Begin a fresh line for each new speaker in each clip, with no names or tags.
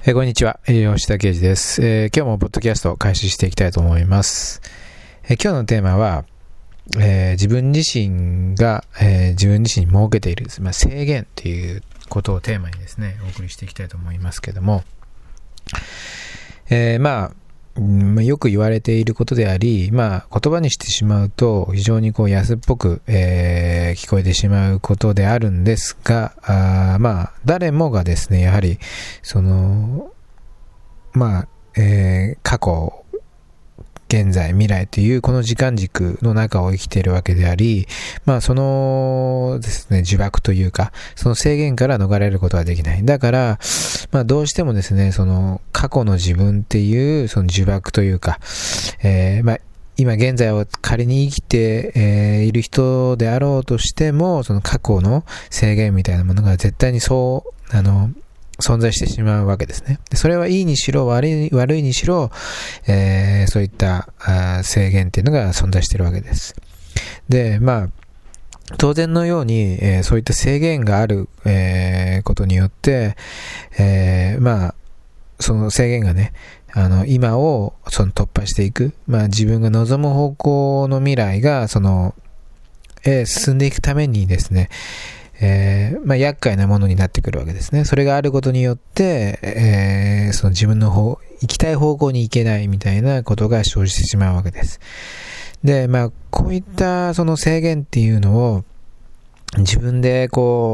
こんにちは、吉田啓二です。今日もポッドキャストを開始していきたいと思います。今日のテーマは、自分自身が、自分自身に設けている、制限ということをテーマにですね、お送りしていきたいと思いますけども、よく言われていることであり、言葉にしてしまうと非常に安っぽく、聞こえてしまうことであるんですが、誰もがですね、やはり過去、現在、未来というこの時間軸の中を生きているわけであり、そのですね、呪縛というか、その制限から逃れることはできない。だから、どうしてもですね、その過去の自分っていうその呪縛というか、今現在を仮に生きて、いる人であろうとしても、その過去の制限みたいなものが絶対に存在してしまうわけですね。それはいいにしろ悪いにしろ、そういった制限っていうのが存在しているわけです。で、当然のように、そういった制限がある、ことによって、その制限がね、今を突破していく、自分が望む方向の未来が進んでいくためにですね、厄介なものになってくるわけですね。それがあることによって、その自分の行きたい方向に行けないみたいなことが生じてしまうわけです。で、こういったその制限っていうのを自分で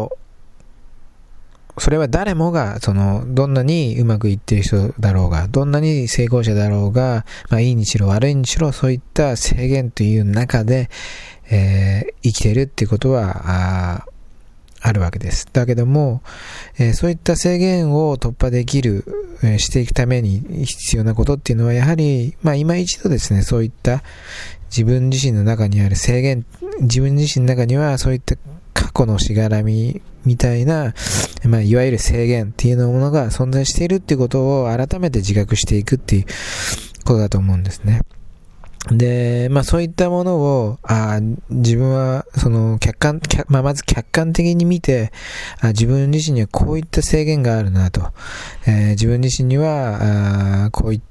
それは誰もがどんなにうまくいっている人だろうが、どんなに成功者だろうが、いいにしろ悪いにしろ、そういった制限という中で、生きているっていうことはあるわけです。だけども、そういった制限を突破できる、していくために必要なことっていうのは、やはり、今一度ですね、そういった自分自身の中にある制限、自分自身の中にはそういった過去のしがらみみたいな、いわゆる制限っていうものが存在しているっていうことを改めて自覚していくっていうことだと思うんですね。で、そういったものを、自分は、まず客観的に見て、自分自身にはこういった制限があるなと、自分自身には、こういった、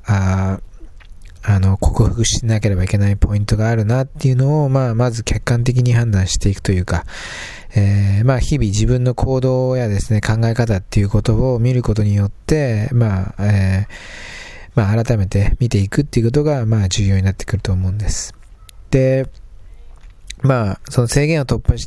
克服しなければいけないポイントがあるなっていうのを、まず客観的に判断していくというか、日々自分の行動やですね、考え方っていうことを見ることによって、改めて見ていくっていうことが、重要になってくると思うんです。で、その制限を突破して、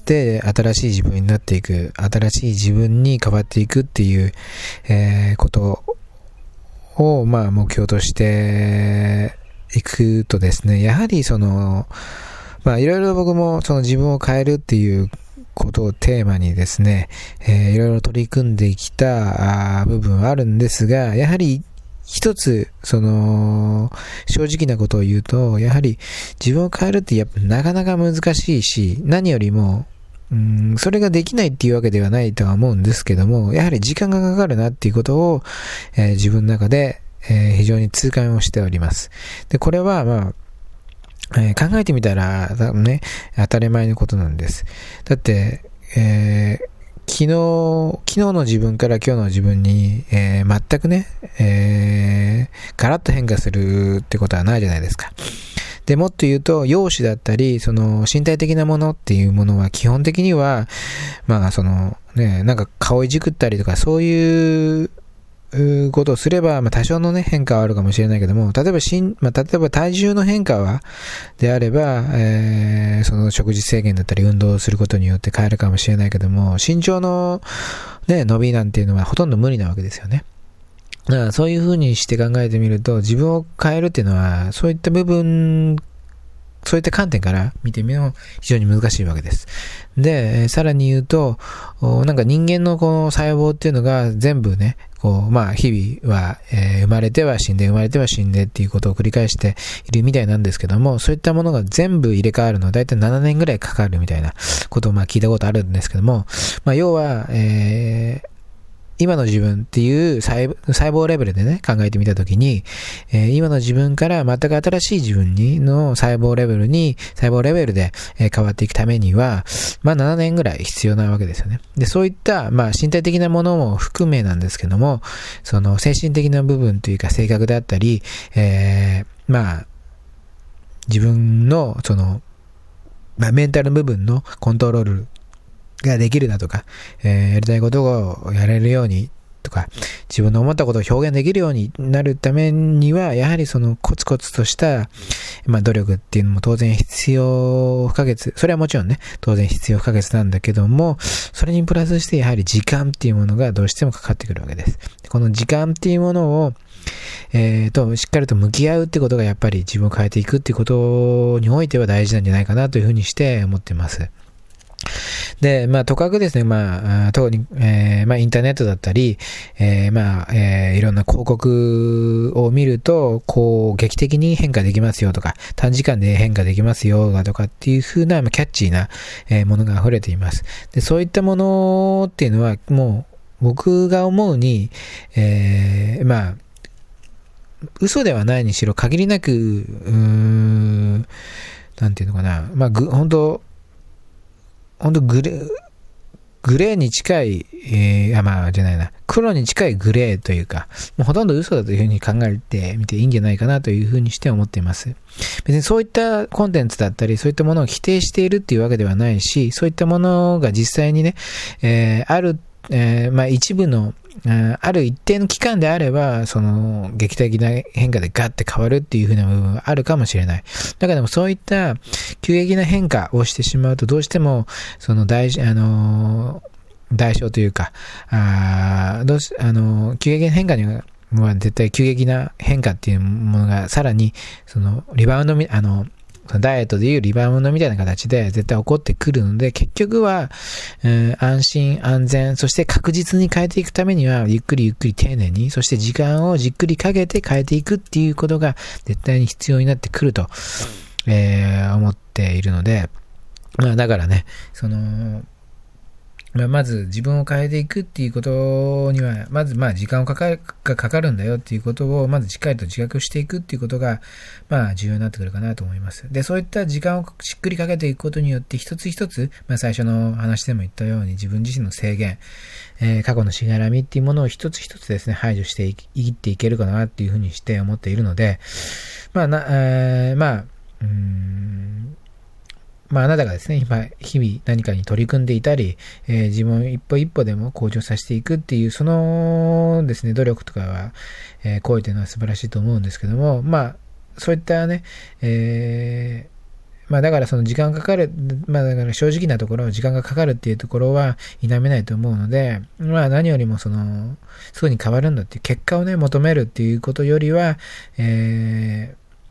新しい自分になっていく、新しい自分に変わっていくっていう、ことを、目標としていくとですね、やはりいろいろ僕も自分を変えるっていうことをテーマにですね、いろいろ取り組んできた部分はあるんですが、やはり一つ、正直なことを言うと、やはり自分を変えるってやっぱなかなか難しいし、何よりも、それができないっていうわけではないとは思うんですけども、やはり時間がかかるなっていうことを、自分の中で、非常に痛感をしております。で、これは考えてみたら、ね、当たり前のことなんです。だって、昨日の自分から今日の自分に、全くね、ガラッと変化するってことはないじゃないですか。で、もっと言うと、容姿だったり、身体的なものっていうものは基本的には、顔いじくったりとか、そういうことをすれば、多少のね、変化はあるかもしれないけども、例えば体重の変化であれば、食事制限だったり運動をすることによって変えるかもしれないけども、身長のね、伸びなんていうのはほとんど無理なわけですよね。だからそういう風にして考えてみると、自分を変えるっていうのは、そういった観点から見てみるのも非常に難しいわけです。で、さらに言うと、人間のこの細胞っていうのが全部ね、日々は、生まれては死んで、生まれては死んでっていうことを繰り返しているみたいなんですけども、そういったものが全部入れ替わるのはだいたい7年ぐらいかかるみたいなことを聞いたことあるんですけども、要は、 今の自分っていう細胞レベルでね、考えてみたときに、今の自分から全く新しい自分の細胞レベルで変わっていくためには、7年ぐらい必要なわけですよね。で、そういった、身体的なものも含めなんですけども、その精神的な部分というか性格であったり、自分のその、メンタル部分のコントロールができるだとか、やりたいことをやれるようにとか、自分の思ったことを表現できるようになるためには、やはりそのコツコツとした、努力っていうのも当然必要不可欠、それはもちろんね、当然必要不可欠なんだけども、それにプラスしてやはり時間っていうものがどうしてもかかってくるわけです。この時間っていうものを、しっかりと向き合うってことがやっぱり自分を変えていくっていうことにおいては大事なんじゃないかなというふうにして思っています。で、とかくですね、特に、インターネットだったり、いろんな広告を見ると、劇的に変化できますよとか、短時間で変化できますよだとかっていう風な、キャッチーな、ものが溢れています。で、そういったものっていうのは、もう、僕が思うに、嘘ではないにしろ、限りなく、なんていうのかな、本当グレーに近い、黒に近いグレーというか、もうほとんど嘘だというふうに考えてみていいんじゃないかなというふうにして思っています。別にそういったコンテンツだったり、そういったものを否定しているっていうわけではないし、そういったものが実際にね、一部の、ある一定の期間であれば、その劇的な変化でガッて変わるっていう風な部分はあるかもしれない。だからでもそういった急激な変化をしてしまうと、どうしてもその代償というか、急激な変化には絶対急激な変化っていうものがさらにそのリバウンドダイエットでいうリバウンドみたいな形で絶対起こってくるので、結局は、安心安全、そして確実に変えていくためにはゆっくり丁寧に、そして時間をじっくりかけて変えていくっていうことが絶対に必要になってくると、思っているので、だからね、まず自分を変えていくっていうことには、まず時間がかかるんだよっていうことを、まずしっかりと自覚していくっていうことが、重要になってくるかなと思います。で、そういった時間をしっくりかけていくことによって、一つ一つ、最初の話でも言ったように、自分自身の制限、過去のしがらみっていうものを一つ一つですね、排除していっていけるかなっていうふうにして思っているので、あなたがですね、日々何かに取り組んでいたり、自分を一歩一歩でも向上させていくっていう、そのですね、努力とかは、行為というのは素晴らしいと思うんですけども、そういったね、だからその時間かかる、だから正直なところ、時間がかかるっていうところは否めないと思うので、何よりもすぐに変わるんだっていう結果をね、求めるっていうことよりは、日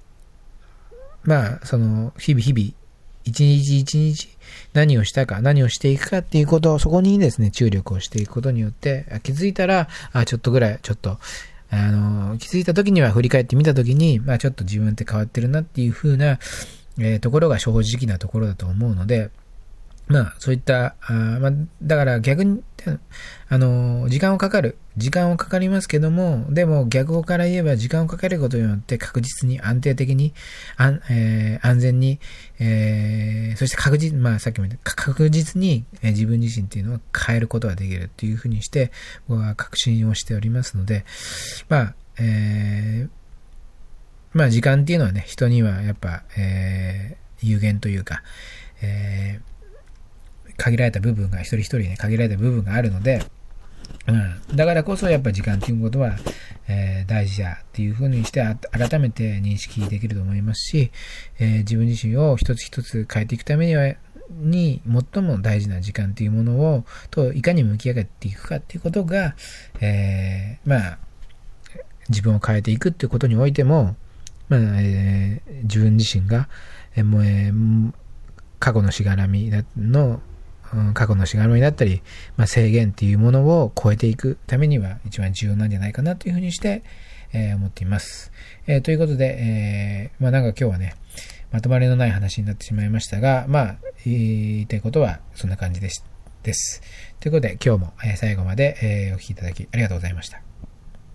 々、一日一日何をしたか、何をしていくかっていうことを、そこにですね、注力をしていくことによって、気づいたら、気づいた時には振り返ってみた時に、ちょっと自分って変わってるなっていう風な、ところが正直なところだと思うので、そういった、だから逆に、時間はかかりますけども、でも逆から言えば時間をかけることによって確実に安定的に、安全に、そしてさっきも言った確実に自分自身っていうのを変えることができるっていうふうにして、僕は確信をしておりますので、時間っていうのはね、人にはやっぱ、有限というか、限られた部分が、一人一人ね、限られた部分があるので、だからこそやっぱ時間っていうことは、大事だっていうふうにして改めて認識できると思いますし、自分自身を一つ一つ変えていくために最も大事な時間っていうものといかに向き合っていくかっていうことが、自分を変えていくっていうことにおいても、自分自身が、過去のしがらみだったり、制限っていうものを超えていくためには一番重要なんじゃないかなというふうにして、思っています。ということで、なんか今日はね、まとまりのない話になってしまいましたが、言いたいことはそんな感じでしです。ということで今日も最後までお聞きいただきありがとうございました。